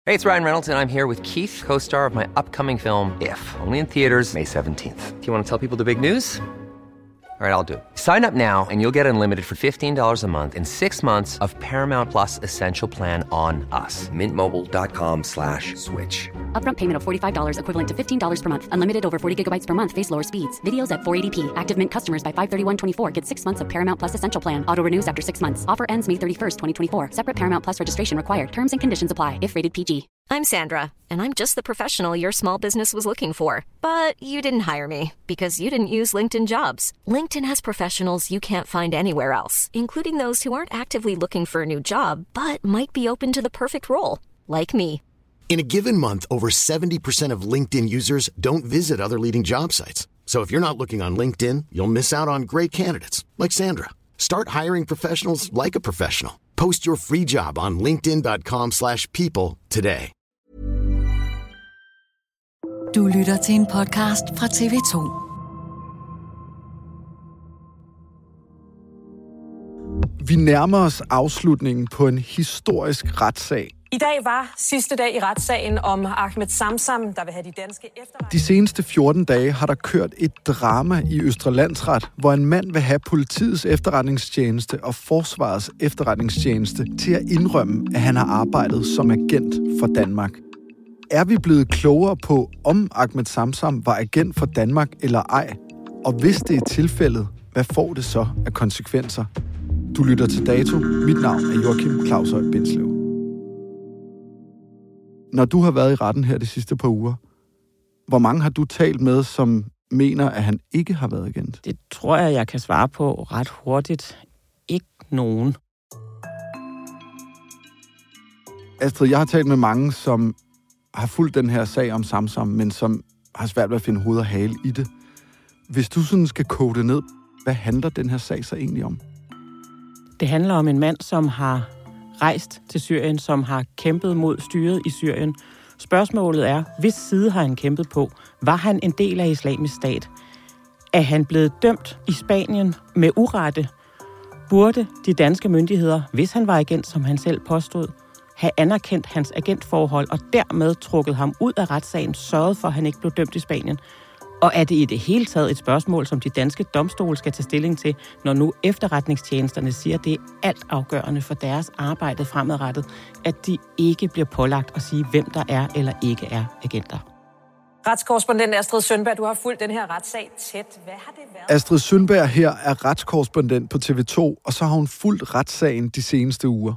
Hey, it's Ryan Reynolds, and I'm here with Keith, co-star of my upcoming film, If, only in theaters May 17th. Do you want to tell people the big news? All right, I'll do it. Sign up now and you'll get unlimited for $15 a month and 6 months of Paramount Plus Essential Plan on us. MintMobile.com/switch. Upfront payment of $45 equivalent to $15 per month. Unlimited over 40 gigabytes per month. Face lower speeds. Videos at 480p. Active Mint customers by 531.24 get 6 months of Paramount Plus Essential Plan. Auto renews after 6 months. Offer ends May 31st, 2024. Separate Paramount Plus registration required. Terms and conditions apply if rated PG. I'm Sandra, and I'm just the professional your small business was looking for. But you didn't hire me because you didn't use LinkedIn Jobs. LinkedIn has professionals you can't find anywhere else, including those who aren't actively looking for a new job, but might be open to the perfect role, like me. In a given month, over 70% of LinkedIn users don't visit other leading job sites. So if you're not looking on LinkedIn, you'll miss out on great candidates like Sandra. Start hiring professionals like a professional. Post your free job on linkedin.com/people today. Du lytter til en podcast fra TV2. Vi nærmer os afslutningen på en historisk retssag. I dag var sidste dag i retssagen om Ahmed Samsam, der vil have de danske efterretninger. De seneste 14 dage har der kørt et drama i Østre Landsret, hvor en mand vil have politiets efterretningstjeneste og forsvarets efterretningstjeneste til at indrømme, at han har arbejdet som agent for Danmark. Er vi blevet klogere på, om Ahmed Samsam var agent for Danmark eller ej? Og hvis det er tilfældet, hvad får det så af konsekvenser? Du lytter til Dato. Mit navn er Joachim Claus Høj Bindslev. Når du har været i retten her de sidste par uger, hvor mange har du talt med, som mener, at han ikke har været agent? Det tror jeg kan svare på ret hurtigt. Ikke nogen. Astrid, jeg har talt med mange, som har fulgt den her sag om Samsam, men som har svært ved at finde hoved og hale i det. Hvis du sådan skal koge det ned, hvad handler den her sag så egentlig om? Det handler om en mand, som har rejst til Syrien, som har kæmpet mod styret i Syrien. Spørgsmålet er, hvis side har han kæmpet på? Var han en del af Islamisk Stat? Er han blevet dømt i Spanien med urette? Burde de danske myndigheder, hvis han var agent, som han selv påstod, have anerkendt hans agentforhold og dermed trukket ham ud af retssagen, sørget for, at han ikke blev dømt i Spanien? Og er det i det hele taget et spørgsmål, som de danske domstole skal tage stilling til, når nu efterretningstjenesterne siger, at det er alt afgørende for deres arbejde fremadrettet, at de ikke bliver pålagt at sige, hvem der er eller ikke er agenter? Retskorrespondent Astrid Sundberg, du har fulgt den her retssag tæt. Hvad har det været? Astrid Sundberg her er retskorrespondent på TV2, og så har hun fulgt retssagen de seneste uger.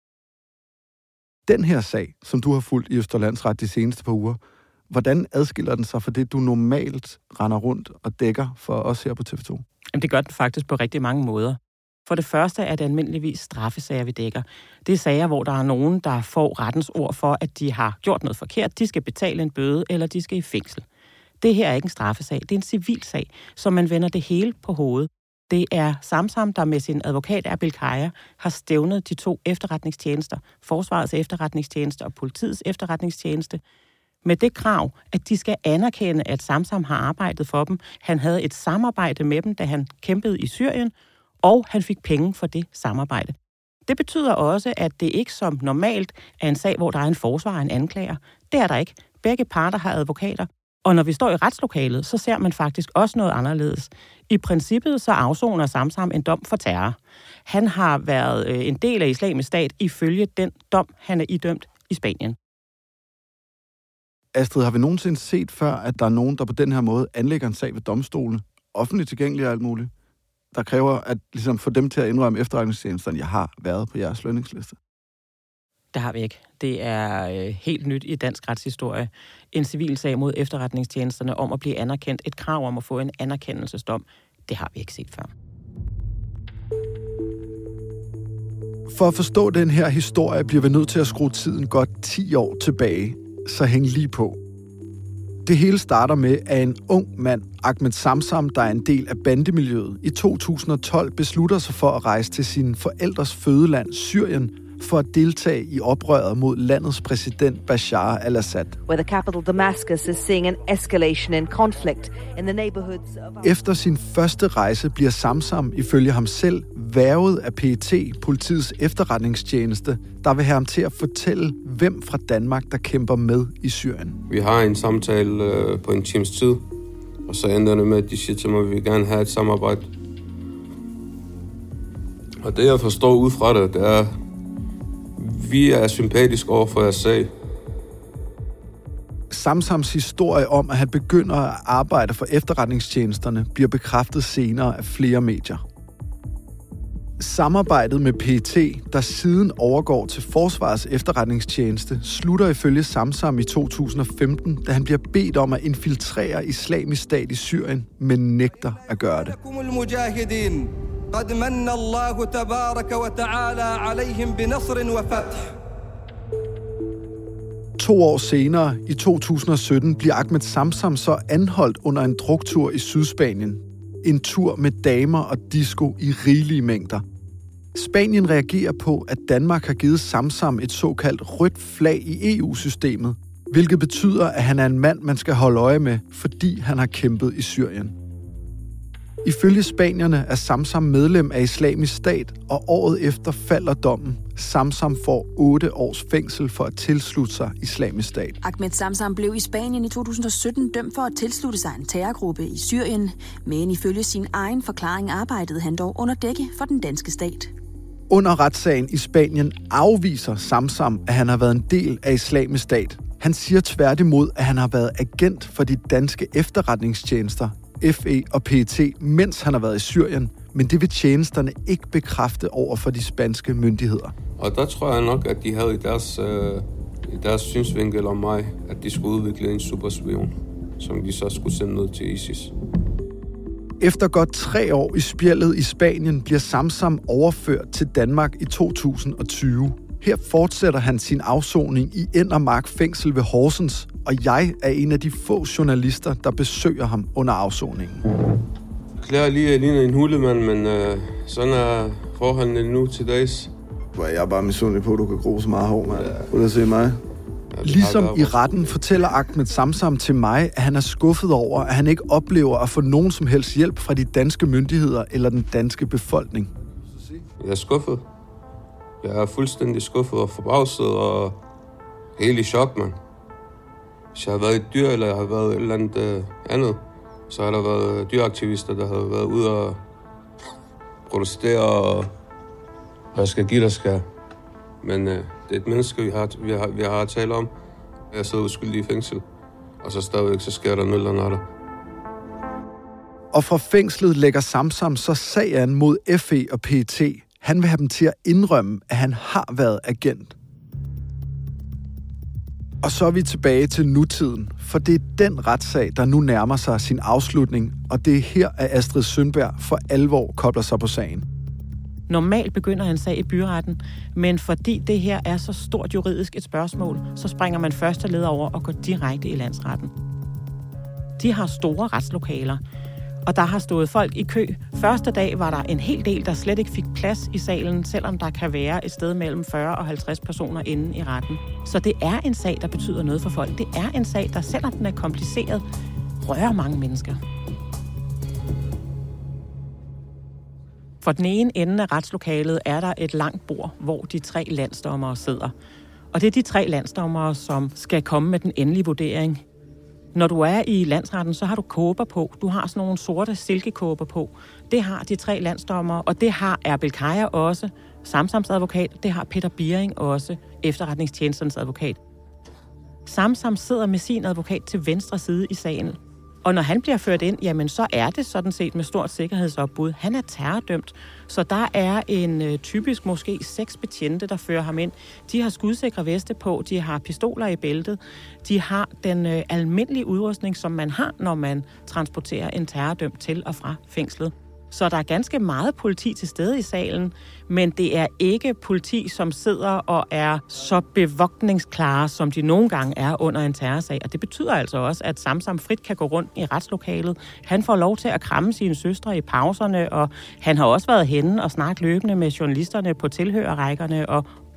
Den her sag, som du har fulgt i Østre Landsret de seneste par uger, hvordan adskiller den sig fra det, du normalt render rundt og dækker for os her på TV2? Jamen, det gør den faktisk på rigtig mange måder. For det første er det almindeligvis straffesager, vi dækker. Det er sager, hvor der er nogen, der får rettens ord for, at de har gjort noget forkert. De skal betale en bøde, eller de skal i fængsel. Det her er ikke en straffesag. Det er en civilsag, så man vender det hele på hovedet. Det er Samsam, der med sin advokat Erbil Kaya har stævnet de to efterretningstjenester, Forsvarets efterretningstjeneste og Politiets efterretningstjeneste, med det krav, at de skal anerkende, at Samsam har arbejdet for dem. Han havde et samarbejde med dem, da han kæmpede i Syrien, og han fik penge for det samarbejde. Det betyder også, at det ikke som normalt er en sag, hvor der er en forsvar og en anklager. Det er der ikke. Begge parter har advokater. Og når vi står i retslokalet, så ser man faktisk også noget anderledes. I princippet så afsoner Samsam en dom for terror. Han har været en del af Islamisk Stat ifølge den dom, han er idømt i Spanien. Astrid, har vi nogensinde set før, at der er nogen, der på den her måde anlægger en sag ved domstolene, offentligt tilgængelig og alt muligt, der kræver at ligesom få dem til at indrømme efterretningstjenesterne, jeg har været på jeres lønningsliste? Det har vi ikke. Det er helt nyt i dansk retshistorie. En civil sag mod efterretningstjenesterne om at blive anerkendt, et krav om at få en anerkendelsesdom, det har vi ikke set før. For at forstå den her historie, bliver vi nødt til at skrue tiden godt 10 år tilbage, så hæng lige på. Det hele starter med, at en ung mand, Ahmed Samsam, der er en del af bandemiljøet, i 2012 beslutter sig for at rejse til sine forældres fødeland, Syrien, for at deltage i oprøret mod landets præsident Bashar al-Assad. Where the capital Damascus is seeing an escalation in conflict in the neighborhoods of... Efter sin første rejse bliver Samsam ifølge ham selv hvervet af PET, politiets efterretningstjeneste, der vil have ham til at fortælle, hvem fra Danmark, der kæmper med i Syrien. Vi har en samtale på en times tid, og så ender det med, at de siger til mig, at vi vil gerne have et samarbejde. Og det, jeg forstår ud fra det er, vi er sympatiske over for jeres sag. Samsams historie om, at han begynder at arbejde for efterretningstjenesterne, bliver bekræftet senere af flere medier. Samarbejdet med PET, der siden overgår til Forsvarets efterretningstjeneste, slutter ifølge Samsam i 2015, da han bliver bedt om at infiltrere Islamisk Stat i Syrien, men nægter at gøre det. قد من الله تبارك وتعالى عليهم بنصر وفتح. 2 år senere, i 2017, bliver Ahmed Samsam så anholdt under en druktur i Sydspanien. En tur med damer og disco i rigelige mængder. Spanien reagerer på, at Danmark har givet Samsam et såkaldt rødt flag i EU-systemet, hvilket betyder, at han er en mand, man skal holde øje med, fordi han har kæmpet i Syrien. Ifølge spanierne er Samsam medlem af Islamisk Stat, og året efter falder dommen. Samsam får 8 års fængsel for at tilslutte sig Islamisk Stat. Ahmed Samsam blev i Spanien i 2017 dømt for at tilslutte sig en terrorgruppe i Syrien, men ifølge sin egen forklaring arbejdede han dog under dække for den danske stat. Under retssagen i Spanien afviser Samsam, at han har været en del af Islamisk Stat. Han siger tværtimod, at han har været agent for de danske efterretningstjenester, FE og PET, mens han har været i Syrien, men det vil tjenesterne ikke bekræfte over for de spanske myndigheder. Og der tror jeg nok, at de havde i deres synsvinkel om mig, at de skulle udvikle en superspion, som de så skulle sende ned til ISIS. Efter godt 3 år i spjældet i Spanien bliver Samsam overført til Danmark i 2020. Her fortsætter han sin afsoning i Endermark fængsel ved Horsens, og jeg er en af de få journalister, der besøger ham under afsoningen. Klæder lige ligner en hulemand, men sådan er forholdene nu til dags. Jeg er bare misundelig på, at du kan gro så meget hår, mand. Vil du se mig? Ligesom i retten fortæller Ahmed Samsam til mig, at han er skuffet over, at han ikke oplever at få nogen som helst hjælp fra de danske myndigheder eller den danske befolkning. Jeg er skuffet. Jeg er fuldstændig skuffet og forbavset og helt i chok, mand. Hvis jeg har været et dyr, eller jeg har været et eller andet andet, så har der været dyreaktivister, der har været ude og protestere, og jeg skal give dig skal. Men det er et menneske, vi har at tale om. Jeg sidder uskyldig i fængsel, og så stadigvæk så sker der noget eller andet. Og fra fængslet lægger Samsam så sag an mod FE og PET. Han vil have dem til at indrømme, at han har været agent. Og så er vi tilbage til nutiden, for det er den retssag, der nu nærmer sig sin afslutning, og det er her, at Astrid Sundberg for alvor kobler sig på sagen. Normalt begynder en sag i byretten, men fordi det her er så stort juridisk et spørgsmål, så springer man første led over og går direkte i landsretten. De har store retslokaler, og der har stået folk i kø. Første dag var der en hel del, der slet ikke fik plads i salen, selvom der kan være et sted mellem 40 og 50 personer inde i retten. Så det er en sag, der betyder noget for folk. Det er en sag, der selvom den er kompliceret, rører mange mennesker. For den ene ende af retslokalet er der et langt bord, hvor de 3 landsdommere sidder. Og det er de 3 landsdommere, som skal komme med den endelige vurdering. Når du er i landsretten, så har du kåber på. Du har sådan nogle sorte silkekåber på. Det har de 3 landsdommere, og det har Erbil Kaya også, Samsams advokat. Det har Peter Biering også, efterretningstjenesternes advokat. Samsam sidder med sin advokat til venstre side i sagen. Og når han bliver ført ind, jamen så er det sådan set med stort sikkerhedsopbud. Han er terrordømt, så der er en typisk måske 6 betjente, der fører ham ind. De har skudsikre veste på, de har pistoler i bæltet, de har den almindelige udrustning, som man har, når man transporterer en terrordømt til og fra fængslet. Så der er ganske meget politi til stede i salen, men det er ikke politi, som sidder og er så bevogtningsklare, som de nogle gange er under en terrorsag. Og det betyder altså også, at Samsam frit kan gå rundt i retslokalet. Han får lov til at kramme sine søstre i pauserne, og han har også været henne og snakket løbende med journalisterne på tilhørerrækkerne, og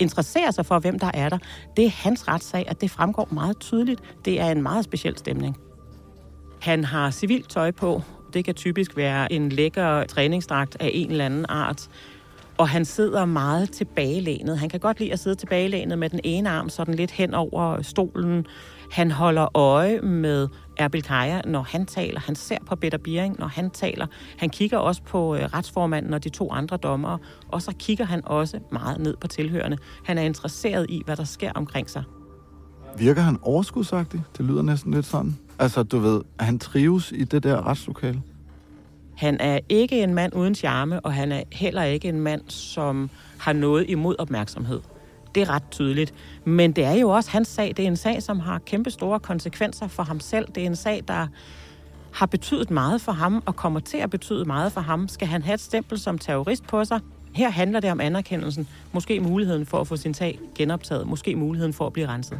interesserer sig for, hvem der er der. Det er hans retssag, at det fremgår meget tydeligt. Det er en meget speciel stemning. Han har civilt tøj på. Det kan typisk være en lækker træningsdragt af en eller anden art. Og han sidder meget tilbagelænet. Han kan godt lide at sidde tilbagelænet med den ene arm sådan lidt hen over stolen. Han holder øje med Erbil Kaya, når han taler. Han ser på Peter Biering, når han taler. Han kigger også på retsformanden og de 2 andre dommere. Og så kigger han også meget ned på tilhørende. Han er interesseret i, hvad der sker omkring sig. Virker han overskudsagtig? Det lyder næsten lidt sådan. Altså, du ved, at han trives i det der retslokale? Han er ikke en mand uden charme, og han er heller ikke en mand, som har noget imod opmærksomhed. Det er ret tydeligt. Men det er jo også hans sag. Det er en sag, som har kæmpe store konsekvenser for ham selv. Det er en sag, der har betydet meget for ham, og kommer til at betyde meget for ham. Skal han have et stempel som terrorist på sig? Her handler det om anerkendelsen. Måske muligheden for at få sin sag genoptaget. Måske muligheden for at blive renset.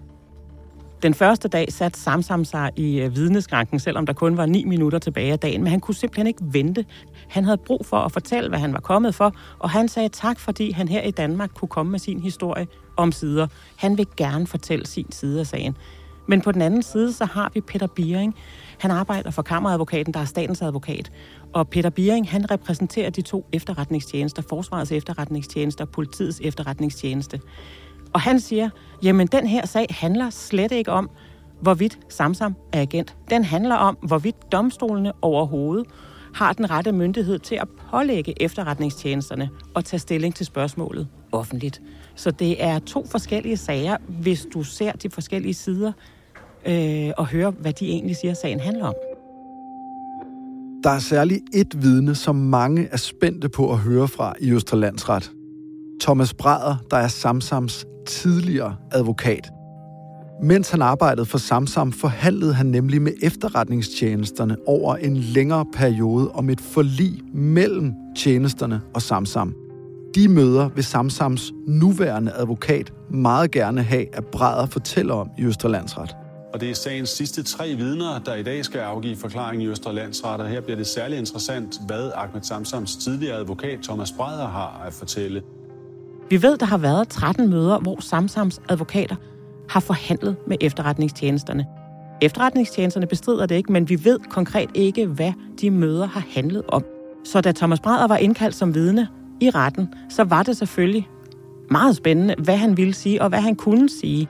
Den første dag satte Samsam sig i vidneskranken, selvom der kun var 9 minutter tilbage af dagen. Men han kunne simpelthen ikke vente. Han havde brug for at fortælle, hvad han var kommet for, og han sagde tak, fordi han her i Danmark kunne komme med sin historie omsider. Han vil gerne fortælle sin side af sagen. Men på den anden side, så har vi Peter Biering. Han arbejder for kammeradvokaten, der er statens advokat. Og Peter Biering, han repræsenterer de 2 efterretningstjenester, Forsvarets efterretningstjeneste og Politiets efterretningstjeneste. Og han siger, jamen den her sag handler slet ikke om, hvorvidt Samsam er agent. Den handler om, hvorvidt domstolene overhovedet har den rette myndighed til at pålægge efterretningstjenesterne og tage stilling til spørgsmålet offentligt. Så det er 2 forskellige sager, hvis du ser de forskellige sider og hører, hvad de egentlig siger, sagen handler om. Der er særligt et vidne, som mange er spændte på at høre fra i Østre Landsret. Thomas Brædder, der er Samsams tidligere advokat. Mens han arbejdede for Samsam, forhandlede han nemlig med efterretningstjenesterne over en længere periode om et forlig mellem tjenesterne og Samsam. De møder vil Samsams nuværende advokat meget gerne have, at Brædder fortæller om i Østre Landsret. Og det er sagens sidste 3 vidner, der i dag skal afgive forklaring i Østre Landsret, og her bliver det særlig interessant, hvad Ahmed Samsams tidligere advokat Thomas Brædder har at fortælle. Vi ved, der har været 13 møder, hvor Samsams advokater har forhandlet med efterretningstjenesterne. Efterretningstjenesterne bestrider det ikke, men vi ved konkret ikke, hvad de møder har handlet om. Så da Thomas Brædder var indkaldt som vidne i retten, så var det selvfølgelig meget spændende, hvad han ville sige og hvad han kunne sige.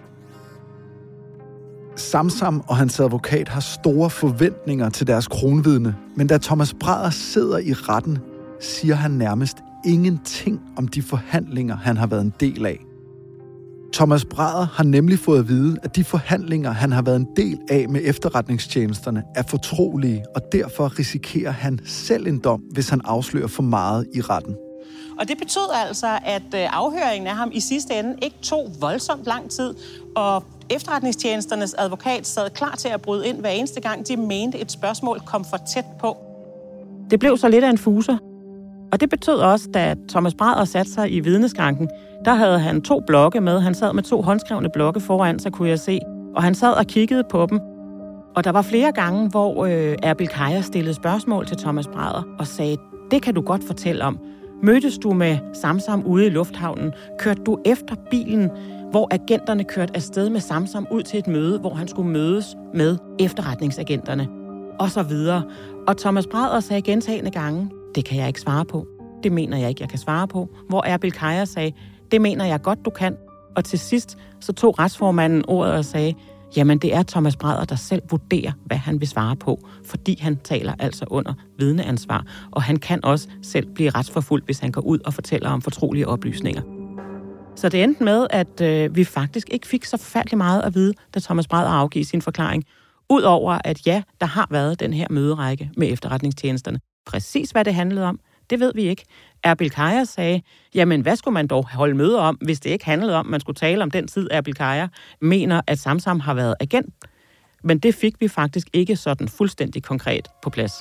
Samsam og hans advokat har store forventninger til deres kronvidne, men da Thomas Brædder sidder i retten, siger han nærmest ingenting om de forhandlinger, han har været en del af. Thomas Brædder har nemlig fået at vide, at de forhandlinger, han har været en del af med efterretningstjenesterne, er fortrolige, og derfor risikerer han selv en dom, hvis han afslører for meget i retten. Og det betød altså, at afhøringen af ham i sidste ende ikke tog voldsomt lang tid, og efterretningstjenesternes advokat sad klar til at bryde ind hver eneste gang, de mente, et spørgsmål kom for tæt på. Det blev så lidt af en fuser. Og det betød også, da Thomas Brædder satte sig i vidneskranken, der havde han 2 blokke med. Han sad med 2 håndskrevne blokke foran, så kunne jeg se. Og han sad og kiggede på dem. Og der var flere gange, hvor Erbil Kaya stillede spørgsmål til Thomas Brædder og sagde, det kan du godt fortælle om. Mødtes du med Samsam ude i lufthavnen? Kørte du efter bilen, hvor agenterne kørte afsted med Samsam ud til et møde, hvor han skulle mødes med efterretningsagenterne? Og så videre. Og Thomas Brædder sagde gentagne gange, det kan jeg ikke svare på. Det mener jeg ikke, jeg kan svare på. Hvor Erbil Kaya sagde, det mener jeg godt, du kan. Og til sidst så tog retsformanden ordet og sagde, jamen det er Thomas Brædder, der selv vurderer, hvad han vil svare på. Fordi han taler altså under vidneansvar. Og han kan også selv blive retsforfulgt, hvis han går ud og fortæller om fortrolige oplysninger. Så det endte med, at vi faktisk ikke fik så forfærdeligt meget at vide, da Thomas Brædder afgiver sin forklaring. Udover at ja, der har været den her møderække med efterretningstjenesterne. Præcis hvad det handlede om, det ved vi ikke. Erbil Kaya sagde, jamen hvad skulle man dog holde møde om, hvis det ikke handlede om, man skulle tale om den tid, Erbil Kaya mener, at Samsam har været agent. Men det fik vi faktisk ikke sådan fuldstændig konkret på plads.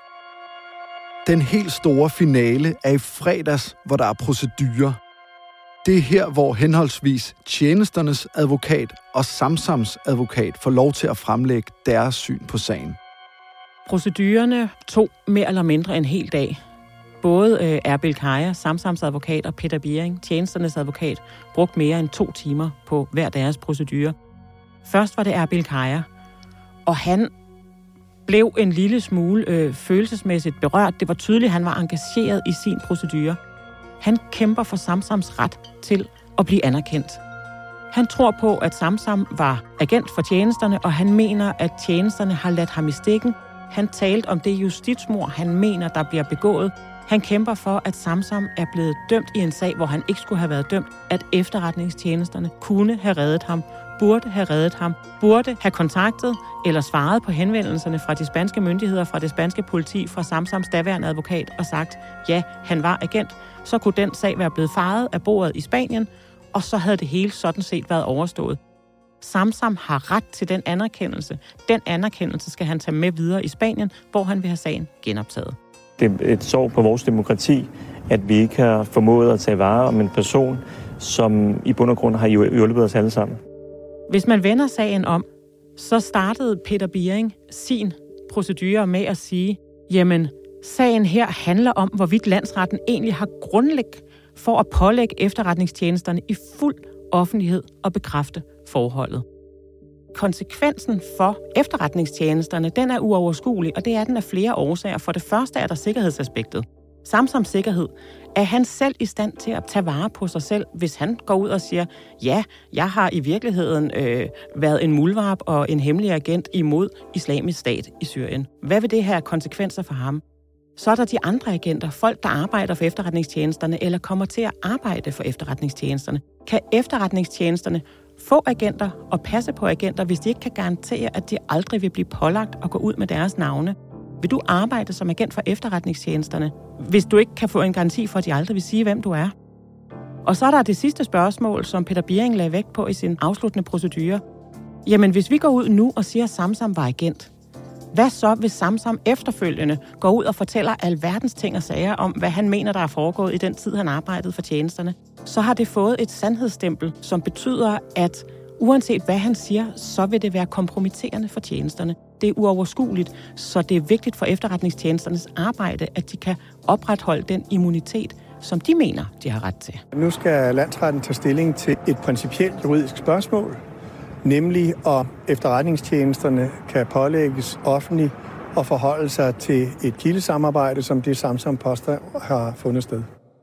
Den helt store finale er i fredags, hvor der er procedurer. Det er her, hvor henholdsvis tjenesternes advokat og Samsams advokat får lov til at fremlægge deres syn på sagen. Procedurerne tog mere eller mindre en hel dag. Både Erbil Kaya, Samsams advokat, og Peter Biering, tjenesternes advokat, brugte mere end 2 timer på hver deres procedure. Først var det Erbil Kaya, og han blev en lille smule følelsesmæssigt berørt. Det var tydeligt, at han var engageret i sin procedure. Han kæmper for Samsams ret til at blive anerkendt. Han tror på, at Samsam var agent for tjenesterne, og han mener, at tjenesterne har ladt ham i stikken. Han talte om det justitsmord, han mener, der bliver begået. Han kæmper for, at Samsam er blevet dømt i en sag, hvor han ikke skulle have været dømt, at efterretningstjenesterne kunne have reddet ham, burde have reddet ham, burde have kontaktet eller svaret på henvendelserne fra de spanske myndigheder, fra det spanske politi, fra Samsams daværende advokat og sagt, ja, han var agent. Så kunne den sag være blevet fejet af bordet i Spanien, og så havde det hele sådan set været overstået. Samsam har ret til den anerkendelse. Den anerkendelse skal han tage med videre i Spanien, hvor han vil have sagen genoptaget. Det er et sorg på vores demokrati, at vi ikke har formået at tage vare om en person, som i bund og grund har hjulpet os alle sammen. Hvis man vender sagen om, så startede Peter Biering sin procedure med at sige, jamen, sagen her handler om, hvorvidt landsretten egentlig har grundlag for at pålægge efterretningstjenesterne i fuld offentlighed og bekræfte forholdet. Konsekvensen for efterretningstjenesterne, den er uoverskuelig, og det er den af flere årsager. For det første er der sikkerhedsaspektet. Samsams sikkerhed. Er han selv i stand til at tage vare på sig selv, hvis han går ud og siger, ja, jeg har i virkeligheden været en muldvarp og en hemmelig agent imod Islamisk Stat i Syrien? Hvad vil det have konsekvenser for ham? Så er der de andre agenter, folk, der arbejder for efterretningstjenesterne eller kommer til at arbejde for efterretningstjenesterne. Kan efterretningstjenesterne få agenter og passe på agenter, hvis de ikke kan garantere, at de aldrig vil blive pålagt at gå ud med deres navne? Vil du arbejde som agent for efterretningstjenesterne, hvis du ikke kan få en garanti for, at de aldrig vil sige, hvem du er? Og så er der det sidste spørgsmål, som Peter Biering lagde vægt på i sin afsluttende procedure. Jamen, hvis vi går ud nu og siger, at Samsam var agent, hvad så, hvis Samsam efterfølgende går ud og fortæller alverdens ting og sager om, hvad han mener, der er foregået i den tid, han arbejdede for tjenesterne? Så har det fået et sandhedsstempel, som betyder, at uanset hvad han siger, så vil det være kompromitterende for tjenesterne. Det er uoverskueligt, så det er vigtigt for efterretningstjenesternes arbejde, at de kan opretholde den immunitet, som de mener, de har ret til. Nu skal landsretten tage stilling til et principielt juridisk spørgsmål, nemlig om efterretningstjenesterne kan pålægges offentligt og forholde sig til et kildesamarbejde, som det Samsam påstår har fundet sted.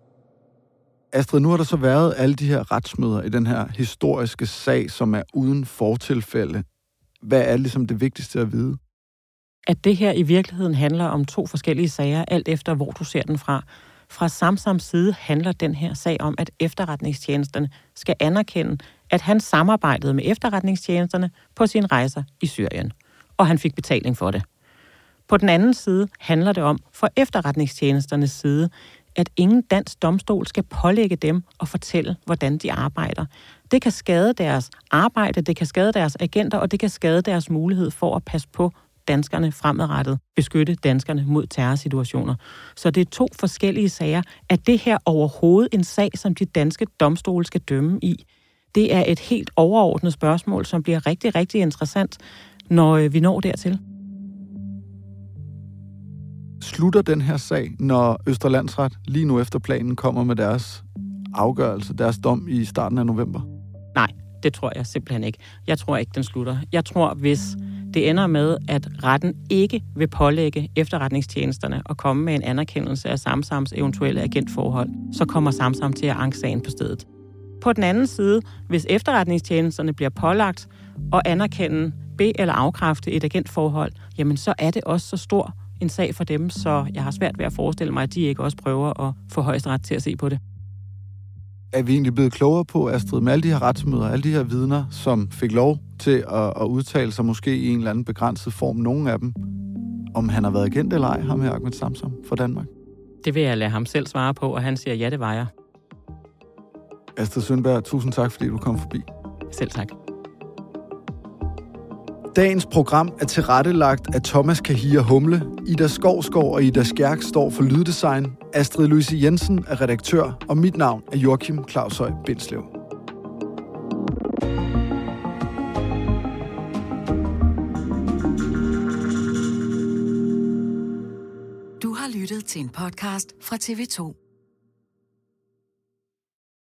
Astrid, nu har der så været alle de her retsmøder i den her historiske sag, som er uden fortilfælde. Hvad er ligesom det vigtigste at vide? At det her i virkeligheden handler om 2 forskellige sager, alt efter hvor du ser den fra. Fra Samsams side handler den her sag om, at efterretningstjenesterne skal anerkende, at han samarbejdede med efterretningstjenesterne på sine rejser i Syrien, og han fik betaling for det. På den anden side handler det om, for efterretningstjenesternes side, at ingen dansk domstol skal pålægge dem og fortælle, hvordan de arbejder. Det kan skade deres arbejde, det kan skade deres agenter, og det kan skade deres mulighed for at passe på danskerne fremadrettet, beskytte danskerne mod terrorsituationer. Så det er 2 forskellige sager. Er det her overhovedet en sag, som de danske domstole skal dømme i? Det er et helt overordnet spørgsmål, som bliver rigtig, rigtig interessant, når vi når dertil. Slutter den her sag, når Østre Landsret lige nu efter planen kommer med deres afgørelse, deres dom i starten af november? Nej, det tror jeg simpelthen ikke. Jeg tror ikke, den slutter. Jeg tror, hvis det ender med, at retten ikke vil pålægge efterretningstjenesterne at komme med en anerkendelse af Samsams eventuelle agentforhold, så kommer Samsam til at anke sagen på stedet. På den anden side, hvis efterretningstjenesterne bliver pålagt at anerkende, eller afkræfte et agentforhold, jamen så er det også så stor en sag for dem, så jeg har svært ved at forestille mig, at de ikke også prøver at få Højesteret til at se på det. Er vi egentlig blevet klogere på, Astrid, med alle de her retsmøder, alle de her vidner, som fik lov til at udtale sig måske i en eller anden begrænset form, nogle af dem, om han har været agent eller ej, ham her Ahmed Samsam for Danmark? Det vil jeg lade ham selv svare på, og han siger, ja, det var jeg. Astrid Sundberg, tusind tak, fordi du kom forbi. Selv tak. Dagens program er tilrettelagt af Thomas Kahir Humle, Ida Skovsgaard og Ida Skjærk står for lyddesign, Astrid Louise Jensen er redaktør, og mit navn er Joachim Claushøj Bindslev. Du har lyttet til en podcast fra TV2.